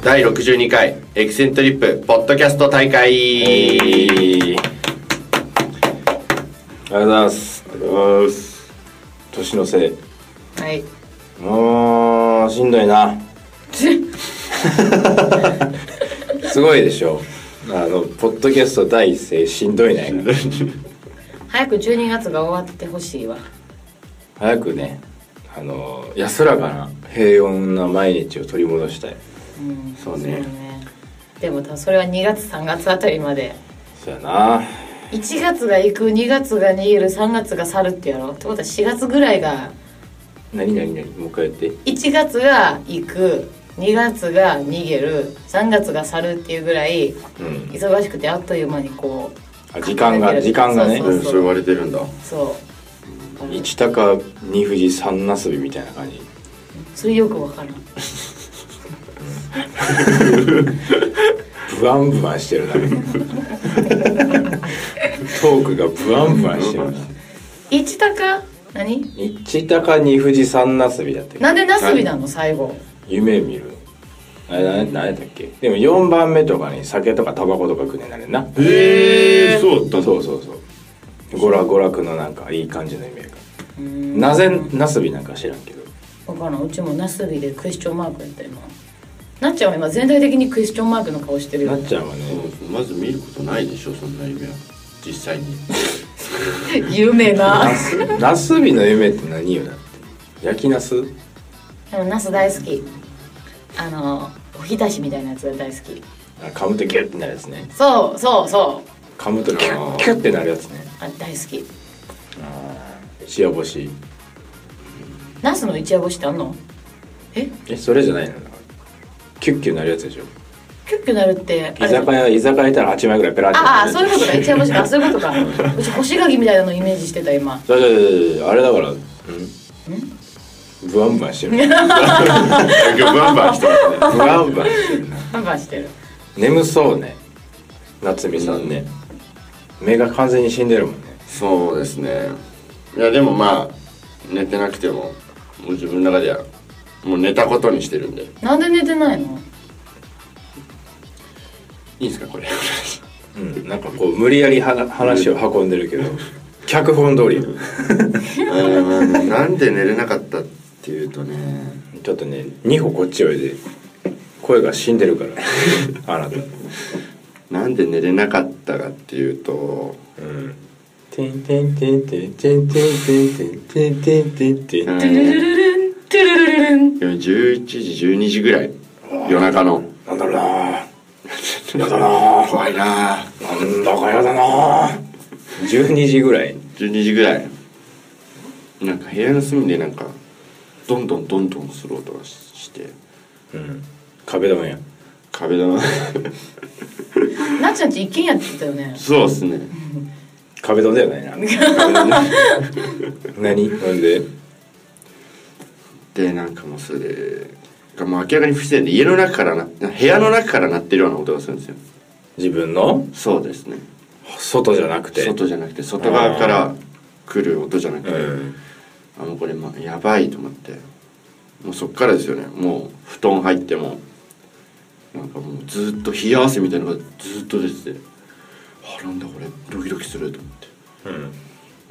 第62回エキセントリップポッドキャスト大会、 ありがとうございます。年のせい。 はい。 もうしんどいな。すごいでしょ。ポッドキャスト第一声しんどいね。 早く12月が終わってほしいわ。 早くね、安らかな平穏な毎日を取り戻したい。 そうね。 でもそれは2月3月あたりまで。 そうやな。 1月が行く、2月が逃げる、3月が去るってやろ。ってことは4月ぐらいが。 何もう一回やって。 1月が行く、2月が逃げる、3月が去るっていうぐらい、忙しくてあっという間にこう時間がね。 そう言われてるんだ。 そう。 1鷹2富士3なすびみたいな感じ。 それよくわからん。 ブワンブワンしてるな。トークがブワンブワンしてるな。 1鷹何 1鷹2富士3なすびだったっけ。 なんでなすびなの最後。 夢見る。あれ何だっけ。でも4番目とかに酒とかタバコとか食うねんなれんな。 そうだった。 そう娯楽のなんかいい感じの夢が。なぜなすびなんか知らんけど。 分からん。うちもなすびでクエスチョンマークやった今。なっちゃんは今全体的にクエスチョンマークの顔してるよ。 なっちゃんはね、 まず見ることないでしょそんな夢は実際に。 夢な。 なすびの夢って何よだって。焼きなす？ でもナス大好き。おひたしみたいなやつが大好き。 噛むとギュッてなるやつね。 そう噛むとキュッってなるやつね。 あ、大好き。 一夜干し。 ナスの一夜干しってあんの？ それじゃないの。キュッキュなるやつでしょ。 キュッキュなるって居酒屋行ったら8枚ぐらいペラって。 ああ、そういうことか。一夜干しか。そういうことか。うち干し柿みたいなのイメージしてた今。 あれだから。ブワンバンしてる。 ブワンバンしてるね。 ブワンバンしてるな。 バンバンしてる。 眠そうね。夏美さんね。目が完全に死んでるもんね。 そうですね。いやでもまあ寝てなくてももう自分の中ではもう寝たことにしてるんで。 なんで寝てないの？ いいですかこれ。 なんかこう無理やり話を運んでるけど脚本通り。 なんで寝れなかったっていうとね、 ちょっとね2歩こっちおいで。声が死んでるからあなた。 なんで寝れなかったかっていうと、 てんてんてんてんてんてんてんてんてんてんてんてん。 トゥルルルルントゥルルルルン。 11時12時ぐらい夜中の。 なんだろうな。やだな。 怖いな。 なんだかやだな。12時ぐらい。 12時ぐらい。なんか部屋の隅でなんかどんどんする音がして。 壁ドンや。 壁ドン。 なっちゃんち一軒家って言ったよね。 そうっすね。 壁ドンだよね。何？なんで？ でなんかもうそれがもう明らかに不自然で部屋の中から鳴ってるような音がするんですよ。 自分の？ そうですね。 外じゃなくて外側から来る音じゃなくて、もうこれやばいと思って、もうそっからですよね。もう布団入ってもなんかもうずっと冷や汗みたいなのがずっと出てて、なんだこれドキドキすると思って、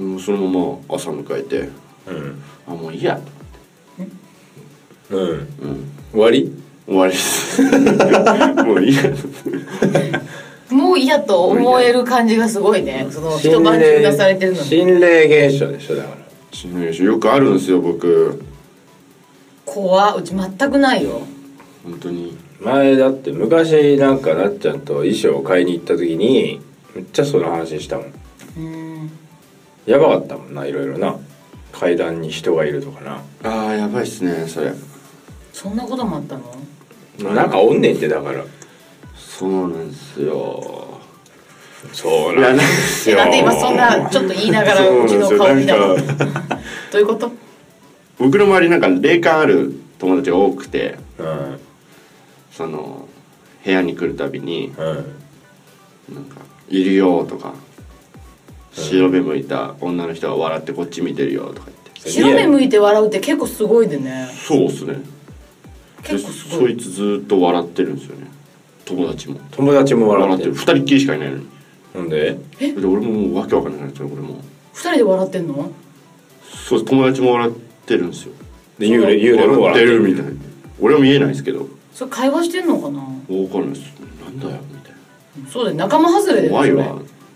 もうそのまま朝迎えて、もういいやと思って、 終わりですもういいやもう嫌と思える感じがすごいね。その一晩中出されてるのに。 心霊現象でしょ。だから心霊現象よくあるんですよ僕。 怖っ。うち全くないよ本当に。 前だって昔なんかなっちゃんと衣装を買いに行った時にめっちゃその話したもん。やばかったもんな。いろいろな階段に人がいるとかな。 やばいっすねそれ。 そんなこともあったの？ なんかおんねんって。だからそうなんですよ。 そうなんですよ。 なんで今そんなちょっと言いながらうちの顔見たの？どういうこと？ 僕の周りなんか霊感ある友達が多くて、その部屋に来るたびに、なんかいるよとか、白目向いた女の人が笑ってこっち見てるよとか言って。 白目向いて笑うって結構すごいでね。 そうっすね。 結構すごい。 そいつずっと笑ってるんですよね。友達も笑ってる。 2人っきりしかいないのに。 なんで？ で俺ももうわけわかんなくなっちゃう。俺も 2人で笑ってんの？ そうです。友達も笑ってるんですよ。 で幽霊も笑ってるみたいな。俺は見えないですけど。 それ会話してんのかな？ 分かんないです。なんだよみたいな。 そうだよ、仲間外れで怖いわ。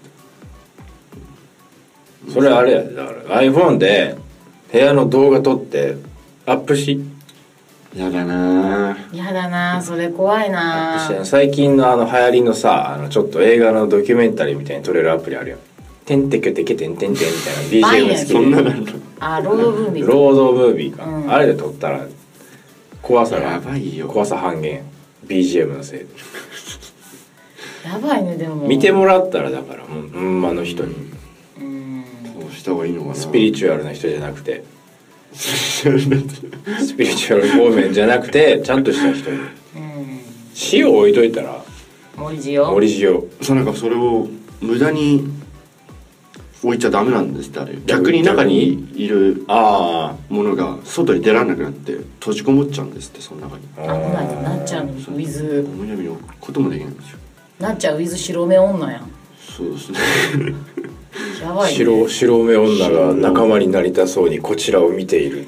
それあれやで、だから iPhone で部屋の動画撮ってアップしやだなやだな、それ怖いな。 最近の流行りのさ、ちょっと映画のドキュメンタリーみたいに撮れるアプリあるよ。てんてけてけてんてんてんみたいな BGM 好きで。 そんななんだ。 あ、ロードムービー。 ロードムービーか、 うん、 あれで撮ったら怖さがやばいよ。 怖さ半減 BGM のせいでやばいね。でも見てもらったらだからほんまの人に、 そうした方がいいのかな。 スピリチュアルな人じゃなくてスピリチュアル方面じゃなくてちゃんとした人に、塩置いといたら森塩そうなんかそれを無駄に置いちゃダメなんですってあれ。逆に中にいるものが外に出られなくなって閉じこもっちゃうんですって。その中になっちゃうのウィズ思いやみに置くこともできないんですよ。 なっちゃうウィズ白目女やん。 そうですねやばいね。 白目女が仲間になりたそうにこちらを見ている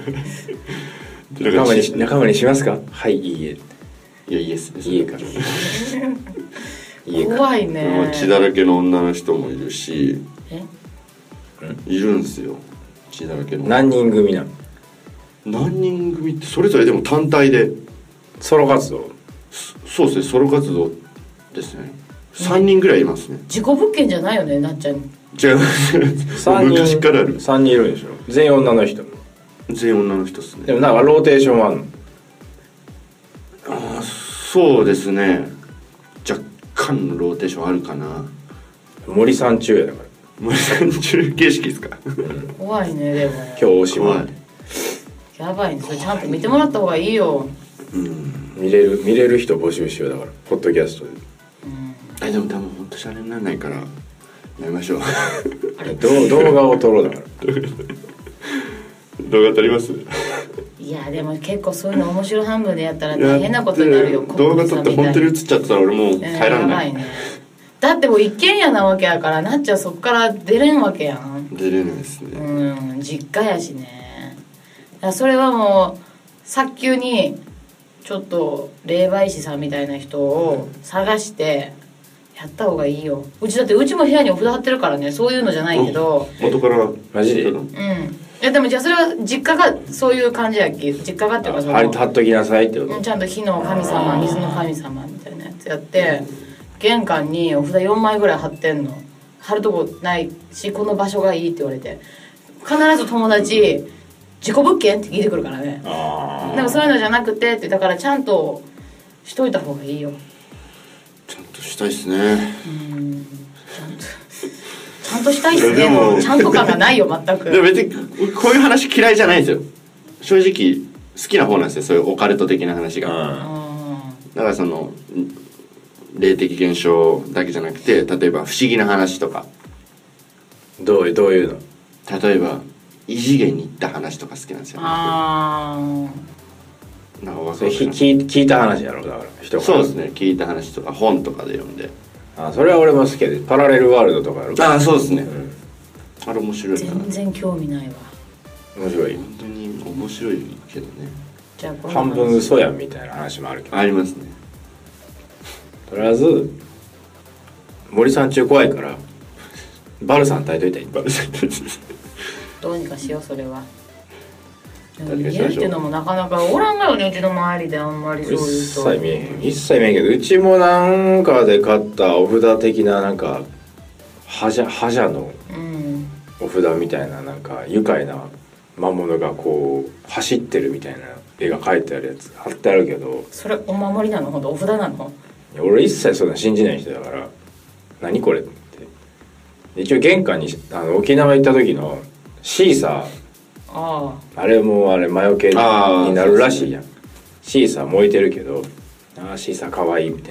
仲間にしますか？はい、いいえ。 いやイエスです。 家から怖いね。 血だらけの女の人もいるし、いるんですよ。血だらけの。 何人組なの？ 何人組ってそれぞれでも単体でソロ活動？ そうですね、ソロ活動ですね。3人ぐらいいますね。 事故物件じゃないよね、なっちゃん。 違う昔からある。 3人いるんでしょ？全員女の人？ 全員女の人ですね。 でもなんかローテーションあんの？ そうですね、若干のローテーションあるかな。 森三中やだから森三中形式ですか？ 怖いね。でも今日大島やばいね。それちゃんと見てもらった方がいいよ。 見れる人募集しよう。だからポッドキャストで。 でも多分本当シャレにならないからやめましょう動画を撮ろう。だから動画撮ります？ いやでも結構そういうの面白半分でやったら大変なことになるよ。 動画撮って本当に映っちゃったら俺もう帰らんない、 やばいね。だってもう一軒家なわけやからなっちゃう、そっから出れんわけやん。 出れないですね。 実家やしね。だからそれはもう早急にちょっと霊媒師さんみたいな人を探してやった方がいいよ。うちも部屋にお札貼ってるからね。そういうのじゃないけど。 元からマジで？ でもじゃあそれは実家がそういう感じやっけ？実家がっていうかその貼っときなさいってこと？ ちゃんと火の神様、水の神様みたいなやつやって、玄関にお札4枚ぐらい貼ってんの。貼るとこないし、この場所がいいって言われて、必ず友達事故物件って聞いてくるからね。でもそういうのじゃなくてって、だからちゃんとしといた方がいいよ。 ちゃんとしたいっすね。 ちゃんとしたいっすね。もうちゃんと感がないよ全く。 でも別にこういう話嫌いじゃないんですよ。正直好きな方なんですよ、そういうオカルト的な話が。だからその霊的現象だけじゃなくて、例えば不思議な話とか。 どういうの？ 例えば異次元に行った話とか好きなんですよ。なんか聞いた話やろ。だから人そうですね、聞いた話とか本とかで読んで。 それは俺も好きで、パラレルワールドとかやろ。 そうですね、あれ面白いな。 全然興味ないわ。 面白い。 本当に面白いけどね。 じゃあ半分嘘やんみたいな話もあるけど。 ありますね。 とりあえず森さん中怖いからバルさん炊いといて。 どうにかしようそれは。見えるっていうのもなかなかおらんがよね、うちの周りであんまりそういう人。 一切見えんけど、うちもなんかで買ったお札的ななんか覇者のお札みたいな、なんか愉快な魔物がこう走ってるみたいな絵が描いてあるやつ貼ってあるけど、 それお守りなの？ほんとお札なの？ 俺一切そんな信じない人だから何これって。一応玄関に沖縄行った時のシーサー、あれも魔除けになるらしいやん。シーサー燃えてるけど、シーサーかわいいみたい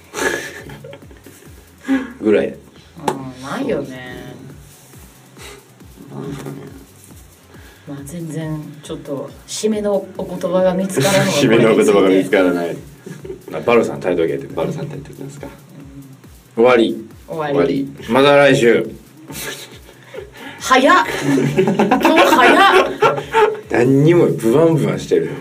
なぐらい。 ないよね。 なんですかね。 まあ全然ちょっと締めのお言葉が見つからない締めの言葉が見つからない。 バルさん耐えとけって。 バルさん耐えてきますか。 終わり。 終わり。 また来週。 早っ今日早っ何にもブワンブワンしてるよ。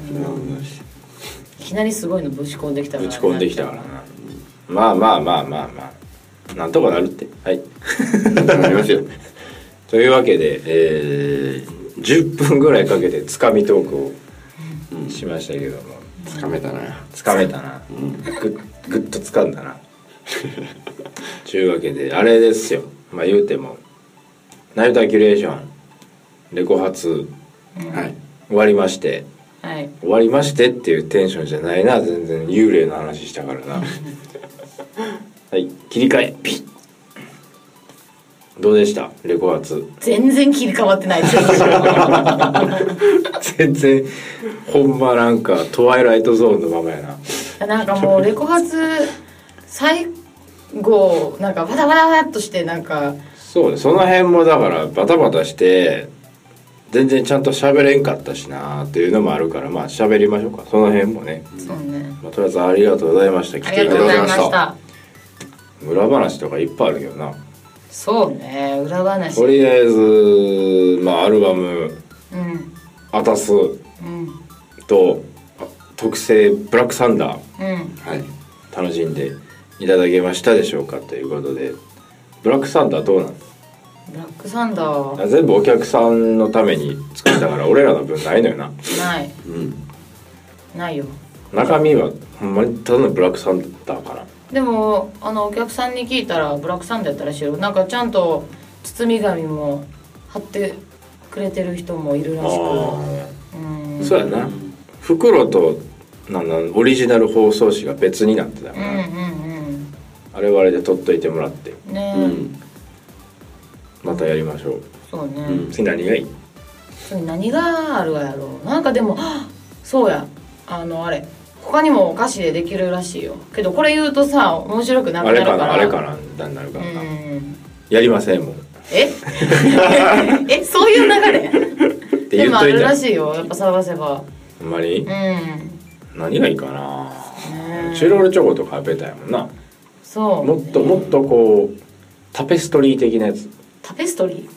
いきなりすごいのぶち込んできたから、 ぶち込んできたからな。まあなんとかなるって。はいなりますよ。 というわけで、10分ぐらいかけてつかみトークをしましたけども、 つかめたな、 ぐっとつかんだなというわけであれですよ、まあ言うてもナイトアキュレーションレコ発、 はい、 終わりまして、 はい、 終わりましてっていうテンションじゃないな。全然幽霊の話したからなはい切り替えピッ。どうでしたレコ発。 全然切り替わってないです全然ほんまなんかトワイライトゾーンのままやな。 なんかもうレコ発最後なんかバタバタバタっとしてなんかそうね、その辺もだからバタバタして全然ちゃんと喋れんかったしなっていうのもあるから、まあ喋りましょうかその辺もね。 そうね、 まあ、とりあえずありがとうございました。来ていただきました。裏話とかいっぱいあるけどな。 そうね、裏話。 とりあえずまあアルバム「アタス」と特製ブラックサンダー、はい、楽しんでいただけましたでしょうかということで、ブラックサンダーどうなの？ ブラックサンダー全部お客さんのために作ったから俺らの分ないのよな。 ない、ないよ。 中身はほんまにただのブラックサンダーかな。 でもお客さんに聞いたらブラックサンダーやったらしいよ。なんかちゃんと包み紙も貼ってくれてる人もいるらしく。 そうやな、袋とオリジナル包装紙が別になってたから、あれはあれで取っといてもらってね、またやりましょう。 そうね、 次何がいい？ 次何があるやろう。なんかでもそうや、あれ他にもお菓子でできるらしいよ。けどこれ言うとさ面白くなくなるから。 あれかな何なるかな。やりませんもう。 そういう流れでもあるらしいよ、やっぱ探せば。 ほんまに？何がいいかな。チロルチョコとかベタやもんな。 そう、 もっとこうタペストリー的なやつ。 タペストリ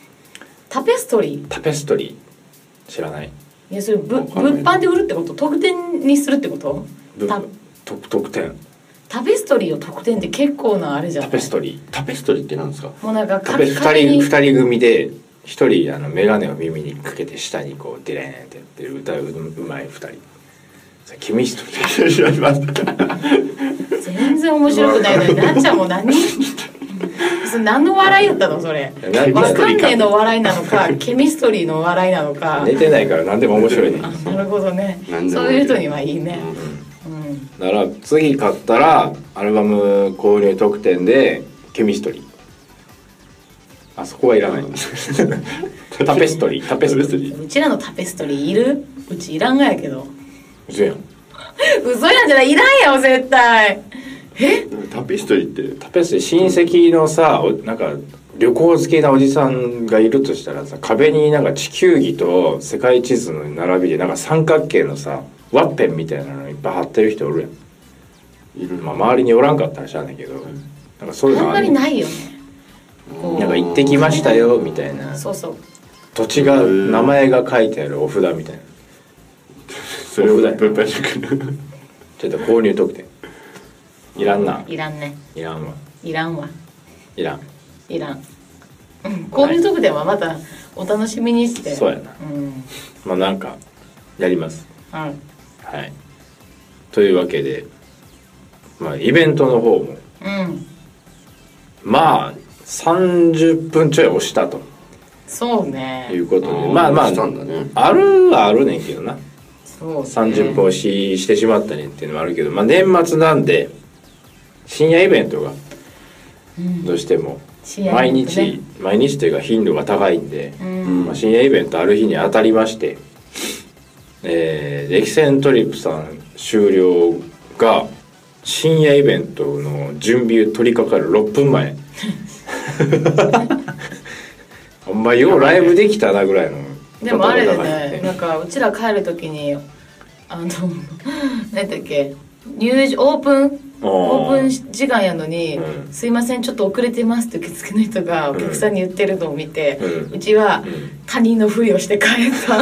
ー知らない？ いやそれ物販で売るってこと？特典にするってこと？ 特典。 タペストリーを特典って結構なあれじゃない？ タペストリーって何ですか？ もうなんか 2人組で1人メガネを耳にかけて下にこうデレーンってやってる歌うまい2人。ケミストリー全然面白くないのになっちゃんも何の笑いだったのそれ。分かんねえの笑いなのかケミストリーの笑いなのか。 寝てないから何でも面白いね。 なるほどね、そういう人にはいいね。 だから次買ったらアルバム購入特典でケミストリー。あそこはいらないタペストリー。 うちらのタペストリーいる？うちいらんがやけど。 嘘やん嘘やんじゃない、いらんよ絶対。 タペストリー親戚のさ、なんか旅行好きなおじさんがいるとしたらさ、壁になんか地球儀と世界地図の並びでなんか三角形のさワッペンみたいなのいっぱい貼ってる人おるやん。いる。まあ周りにおらんかったらしゃあないけど、なんかそういうのあんまりないよね。 なんか行ってきましたよみたいな。 そうそう。 土地が名前が書いてあるお札みたいな。 それを物販でちょっと購入特典いらんな。 いらんね。 いらんわ。 いらん。購入特典はまたお楽しみにして。 そうやな。まあなんかやります。はい。というわけで、まあイベントの方も、まあ30分ちょい押したと。 そうね。 いうことで、まああるはあるねんけどな。30分押してしまったねっていうのもあるけど、まあ年末なんで深夜イベントがどうしても毎日というか頻度が高いんで、まあ、深夜イベントある日に当たりまして、エキセントリップさん終了が深夜イベントの準備を取り掛かる6分前お前ようライブできたなぐらいのでもあれでバタバタがね、なんかうちら帰る時に何だっけオープン時間やのに、 うんすいませんちょっと遅れてますって受付の人がお客さんに言ってるのを見て、 うんちは他人のふりをして帰った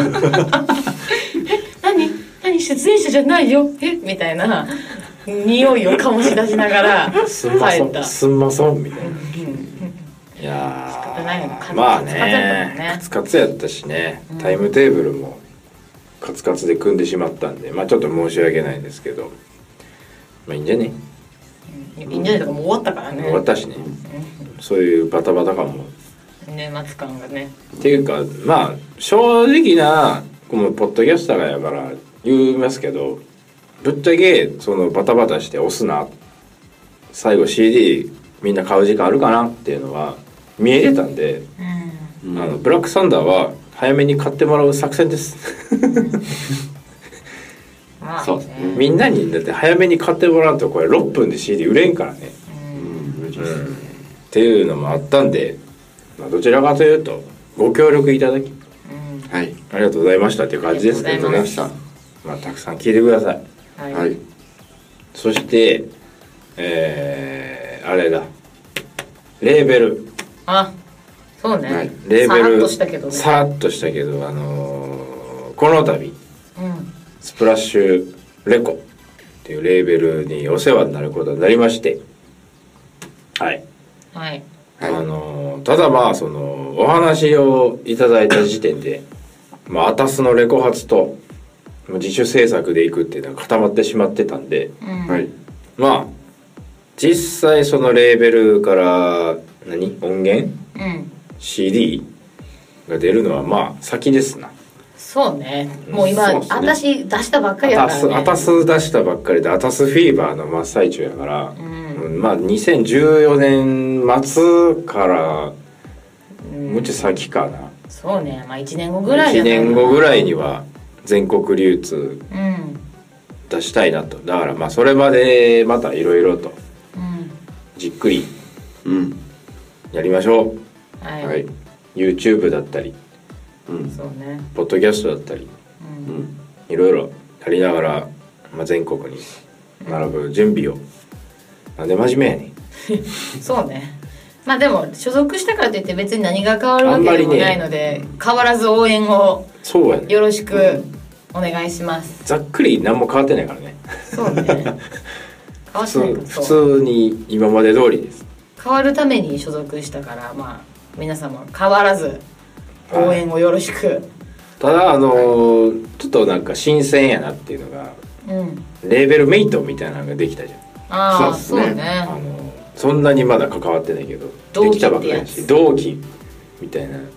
何出演者じゃないよみたいな匂いを醸し出しながらすんまそん帰ったすんまそんみたいな。いや仕方ないのーまあカツカツやったもんねねカツカツやったしね、タイムテーブルもカツカツで組んでしまったんで、まあちょっと申し訳ないですけど、まあいいんじゃね、 いいんじゃないとかもう終わったからね終わったしね、そういうバタバタ感も年末感がねっていうか、まあ正直なこのポッドキャスターがやから言いますけど、ぶっちゃけそのバタバタして押すな、最後 CD みんな買う時間あるかなっていうのは見えてたんで、ブラックサンダーは早めに買ってもらう作戦ですまあそうですねみんなにだって早めに買ってもらうとこれ6分で CD 売れんからね、 無理ですねっていうのもあったんで、まあ、どちらかというとご協力いただきはいありがとうございましたっていう感じですけどねありがとうございましたまあ、たくさん聞いてください。 はい、 はいそしてあれだレーベルあそうね、 はいレーベルさらっとしたけどねさらっとしたけどこの度スプラッシュレコっていうレーベルにお世話になることになりましてはいはいはいただまあそのお話をいただいた時点でまあアタスのレコ発と自主制作でいくっていうのが固まってしまってたんで、 はいまあ実際そのレーベルから音源、CD が出るのはまあ先ですな。 そうねもう今そうっすね私出したばっかりやからねアタス出したばっかりでアタスフィーバーの真っ最中やから、まあ2014年末からもうちょい先かな、 そうねまあ1年後ぐらいじ 1 ゃない年後ぐらいには全国流通うん出したいなと。だからまあそれまでまたいろいろとじっくりうんやりましょう。 はい、 はい YouTube だったりそうねポッドキャストだったりいろいろやりながら、まあ、全国に並ぶ準備をなんで真面目やねんそうねまあでも所属したからといって別に何が変わるわけでもないので、変わらず応援をそうやねよろしくお願いしますざっくり何も変わってないからねそうね変わってないから普そう通に今まで通りです変わるために所属したからまあ皆様変わらず応援をよろしく、 ただちょっとなんか新鮮やなっていうのがレーベルメイトみたいなのができたじゃん。 ああそですねそううねそんなにまだ関わってないけど同期できたばっかりだし同期みたいな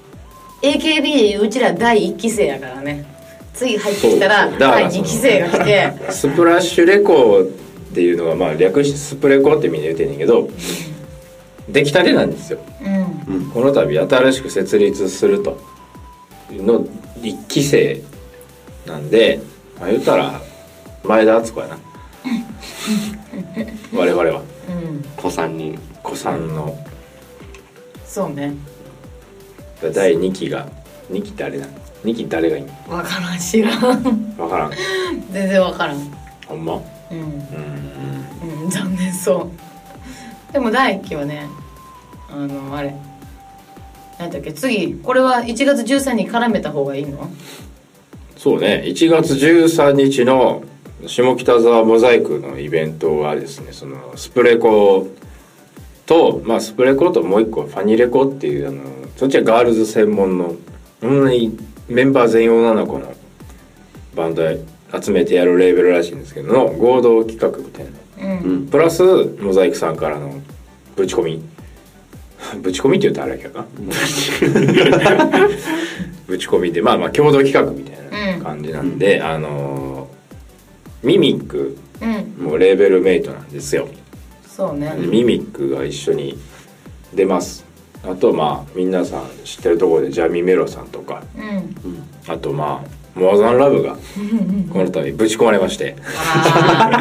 AKB でいううちら第1期生やからね次入ってきたらそうだから第2期生が来てスプラッシュレコっていうのはまあ略してスプレコってみんな言ってんねんけど出来たてなんですよ。この度新しく設立するとの1期生なんで、まあ、言ったら前田敦子やな我々は子さんに子さんのそうね第2期が2期ってあれな2期誰がいいの分からん知らん分からん全然分からんほんま残念そうでも第1期はねあれ何だっけ次これは1月13日に絡めた方がいいのそうね1月13日の下北沢モザイクのイベントはですねそのスプレコとまあスプレコともう一個ファニレコっていうそっちはガールズ専門のほんまにメンバー全員女の子のバンド集めてやるレーベルらしいんですけどの合同企画みたいな、プラスモザイクさんからのぶち込みぶち込みって言うとあれやけどなぶち込みでまあまあ共同企画みたいな感じなんで、ミミックもレーベルメイトなんですよ。 そうねミミックが一緒に出ます。あとまあ皆さん知ってるところでジャミメロさんとか、あとまあモアザンラブがこの度ぶち込まれまして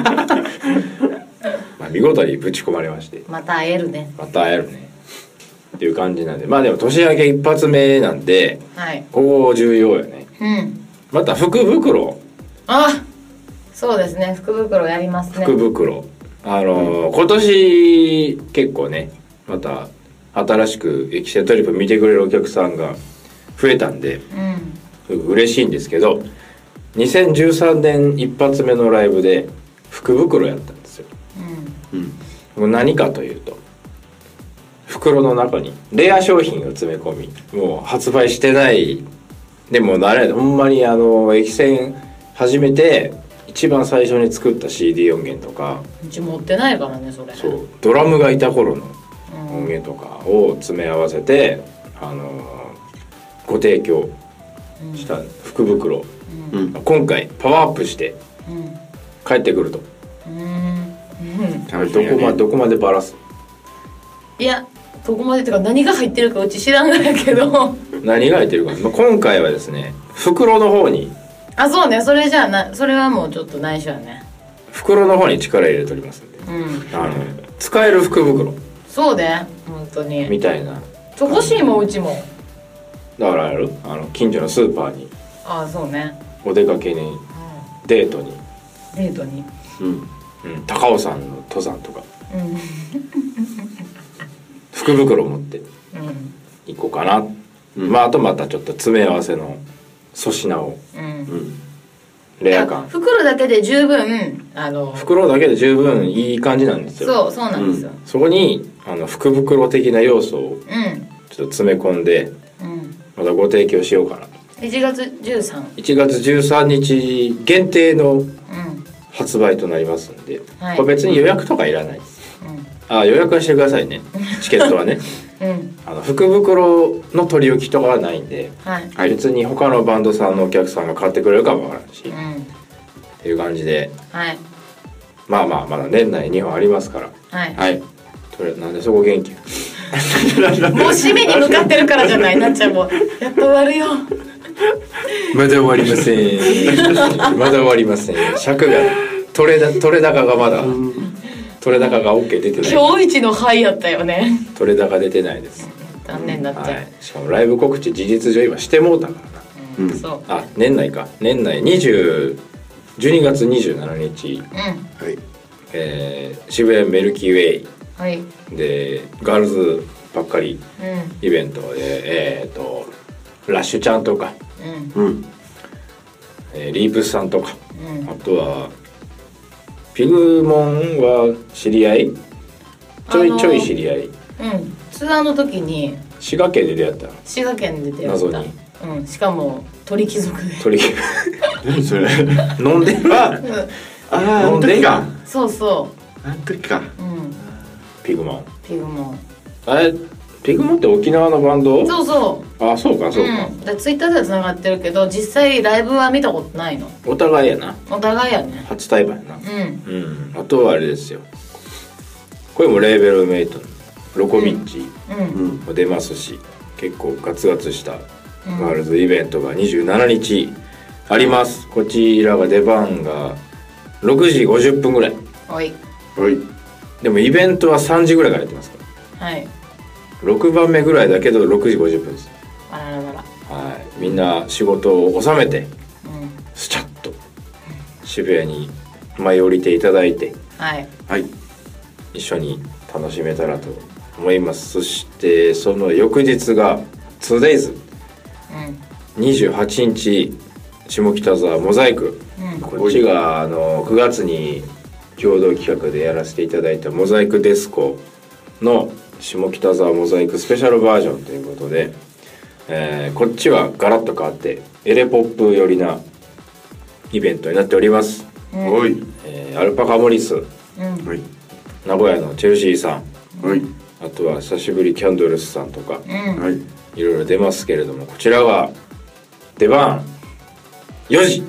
まあ見事にぶち込まれましてまた会えるねまた会えるね。 っていう感じなんで、まあでも年明け一発目なんで、 はい、 ここ重要よね。また福袋、 そうですね、福袋やりますね。 福袋今年結構ねまた新しくエキセトリップ見てくれるお客さんが増えたんで、嬉しいんですけど、2013年一発目のライブで福袋やったんですよ。もう何かというと、袋の中にレア商品を詰め込み、もう発売してない、でもほんまにエキセン始めて一番最初に作った CD 音源とか、 うち持ってないからねそれ。 そうドラムがいた頃の音源とかを詰め合わせて、ご提供した福袋、今回パワーアップして帰ってくると。どこまでバラす？ いや、どこまでっていうか何が入ってるかうち知らんがやけど何が入ってるか、今回はですね、袋の方に、 そうね、それじゃあそれはもうちょっと内緒やね。 袋の方に力入れておりますんで、使える福袋、 そうね、本当にみたいな。 欲しいもんうちも。 だから近所のスーパーに、 そうね、 お出かけに、デートに、高尾山の登山とか、福袋持って行こうかな、あとまたちょっと詰め合わせの粗品を、レア感、 袋だけで十分袋だけで十分いい感じなんですよ。 そうなんですよ。 そこに福袋的な要素をちょっと詰め込んで、またご提供しようかな。 1月 13日限定の発売となりますんで、これ別に予約とかいらないです。予約はしてくださいね、チケットはね。福袋の取り置きとかはないんで、別に他のバンドさんのお客さんが買ってくれるかもわからんし、っていう感じで、まだ年内2本ありますから、なんでそこ元気もう締めに向かってるからじゃない、なっちゃんもやっと終わるよまだ終わりませんまだ終わりません。尺が取れ高がまだ取れ高が OK 出てない。 今日一のハイやったよね。 取れ高出てないです。 残念だっちゃう。 しかもライブ告知事実上今してもうたからな。 そう。 年内12月27日、渋谷メルキーウェイでガールズばっかりイベントで、ラッシュちゃんとか、リープスさんとか、あとはピグモンは知り合い、ちょい知り合い、 ツアーの時に滋賀県で出会った。 滋賀県で出会った。 謎に、 しかも鳥貴族で。 何それ飲んであの時か。 そうそう、 あの時か。 ピグモンピグモンって沖縄のバンド？ そうそう。 そうか。 ツイッターではつながってるけど、実際ライブは見たことないの。 お互いやな。 お互いやね。 初対バンやな。あとはあれですよ、これもレーベルメイトのロコミッチも出ますし、結構ガツガツしたガールズイベントが27日あります。こちらが出番が6時50分ぐらい。でもイベントは3時ぐらいからやってますから。6番目ぐらいだけど6時50分です。みんな仕事を収めて、スチャッと渋谷に舞い降りていただいて、一緒に楽しめたらと思います。そしてその翌日が 2days、28日下北沢モザイク、こっちが9月に共同企画でやらせていただいたモザイクデスコの下北沢モザイクスペシャルバージョンということで、こっちはガラッと変わってエレポップ寄りなイベントになっております。アルパカモリス、名古屋のチェルシーさん、あとは久しぶりキャンドルスさんとか、いろいろ出ますけれども、こちらは出番4時。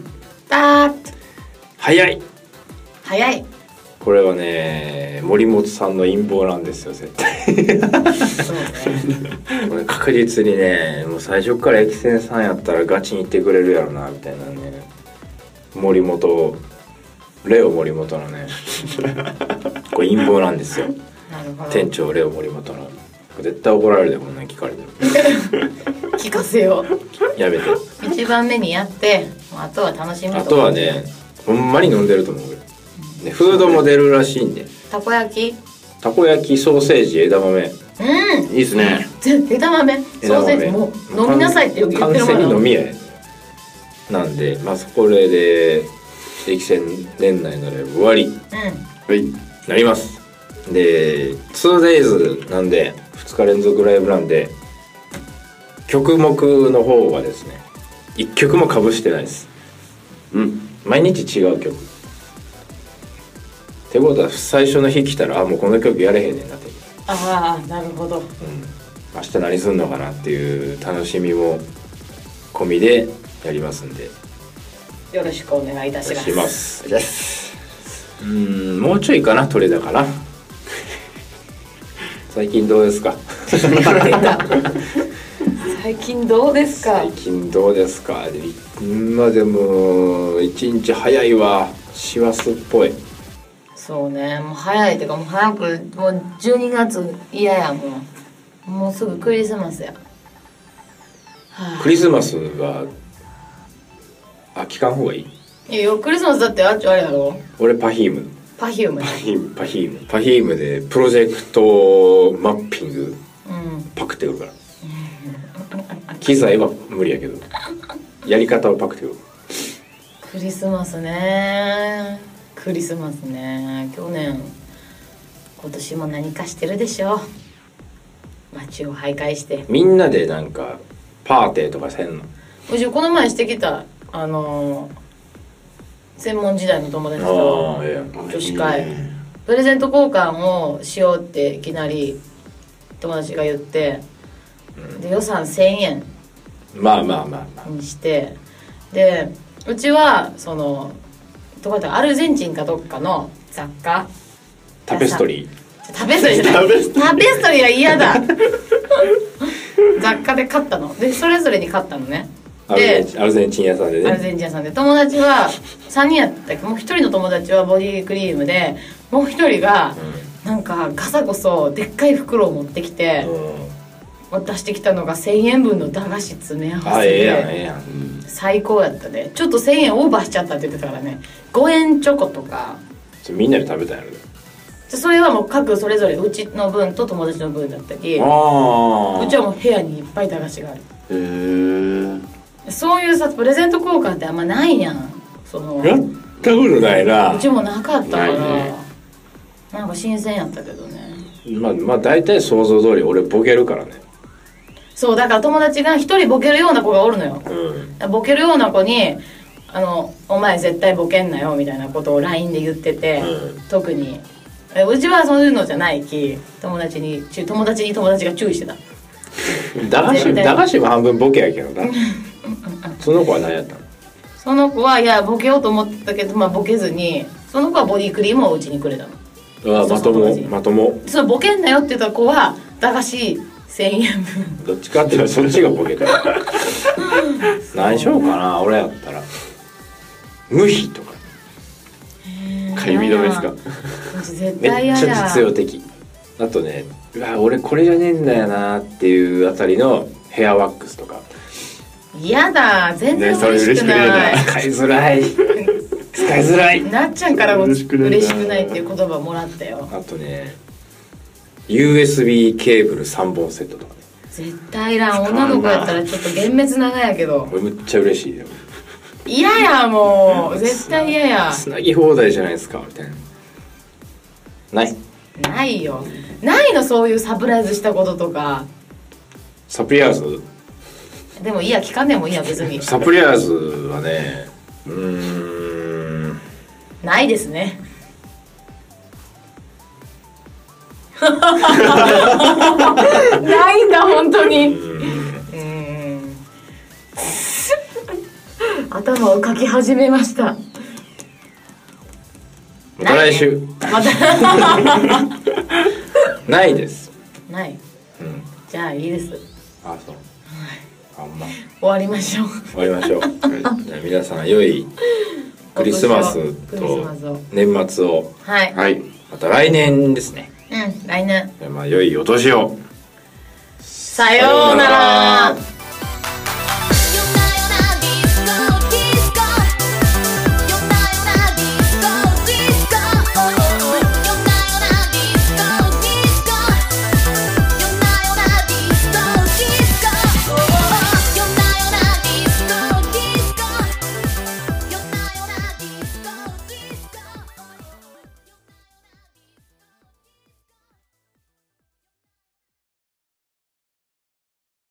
早い。これはね、森本さんの陰謀なんですよ、絶対これ確実にね、もう最初からエキセンさんやったらガチに言ってくれるやろなみたいなね、レオ森本のねこれ陰謀なんですよ。店長レオ森本の絶対怒られるでこんなに聞かれてる聞かせよやめて 1番目にやってあとは楽しみとあとはねほんまに飲んでると思うでフードも出るらしいんでたこ焼きたこ焼きソーセージ枝豆うんいいっすね。 枝豆ソーセージもう飲みなさいってよく言ってるも完全に飲んみ屋やなんでまあこれで歴戦年内のライブ終わりはい。 なりますで 2days なんで2日連続ライブなんで曲目の方はですね1曲も被してないですうん。 毎日違う曲ってことは最初の日来たらもうこの曲やれへんねんなってああなるほど明日何すんのかなっていう楽しみも込みでやりますんでよろしくお願いいたしますしますです。 もうちょいかな取れたかな最近どうですか出た最近どうですか最近どうですか今でも一日早いわ師走っぽいそうねもう早いっていうかもう早くもう12月嫌やもうすぐクリスマスや、はクリスマスは聞かん方がいいいやクリスマスだってあれやろ俺パフィームパフュームパフィームでプロジェクトマッピングうんパクってくるから機材は無理やけどやり方をパクってくるクリスマスねクリスマスね去年今年も何かしてるでしょ街を徘徊してみんなでなんかパーテーとかせんのうちこの前してきた専門時代の友達とええやん女子会プレゼント交換をしようっていきなり友達が言って、で予算1000円まあにしてでうちはそのどこだったアルゼンチンかどっかの雑貨タペストリータペストリーじゃないタペストリーは嫌だ雑貨で買ったのでそれぞれに買ったのねアルゼンチン屋さんでねアルゼンチン屋さんで友達は3人やったっけもう1人の友達はボディクリームでもう1人がなんかガサゴソでっかい袋を持ってきて渡してきたのが1000円分の駄菓子詰め合わせええやんでええやん最高やったねちょっと1000円オーバーしちゃったって言ってたからね5円チョコとかみんなで食べたんやろそれはもう各それぞれうちの分と友達の分だったりうちあはもう部屋にいっぱい駄菓子があるへー。 そういうさプレゼント交換ってあんまないやんそのやったことないなうちもなかったから、 ないねなんか新鮮やったけどねまあ大体想像通り俺ボケるからねそうだから友達が一人ボケるような子がおるのよ、ボケるような子にお前絶対ボケんなよみたいなことを LINE で言ってて、特にうちはそういうのじゃないき友達が注意してた駄菓子も半分ボケやけどなその子は何やったのその子はいやボケようと思ってたけど、まあ、ボケずにその子はボディクリームをうちにくれたのまともそのボケんなよって言った子は駄菓子1000円分どっちかっていうとそっちがボケた何しようかな俺やったら無比とかかゆみ止めですか。 絶めっち対嫌だゃ実用的あとねうわ俺これじゃねえんだよなっていうあたりのヘアワックスとか嫌だ全然嬉しくない、 使いづらい使いづらいなっちゃんからも嬉しくないな嬉しくないっていう言葉もらったよあとね USB ケーブル3本セットとかね絶対いらん女の子やったらちょっと幻滅長やけどこれむっちゃ嬉しいよ嫌やもう絶対嫌やつなぎ放題じゃないですかみたいなないないよないのそういうサプライズしたこととかサプリアーズでもいいや聞かんでもいいや別にサプリアーズはねないですねないんだ本当に頭をかき始めましたまた来週またないですない、じゃあいいですあそうあんま終わりましょう終わりましょうじゃあ皆さん良いクリスマスと年末をはい、 はい。 また来年ですね来年まあ良いお年をさようなら。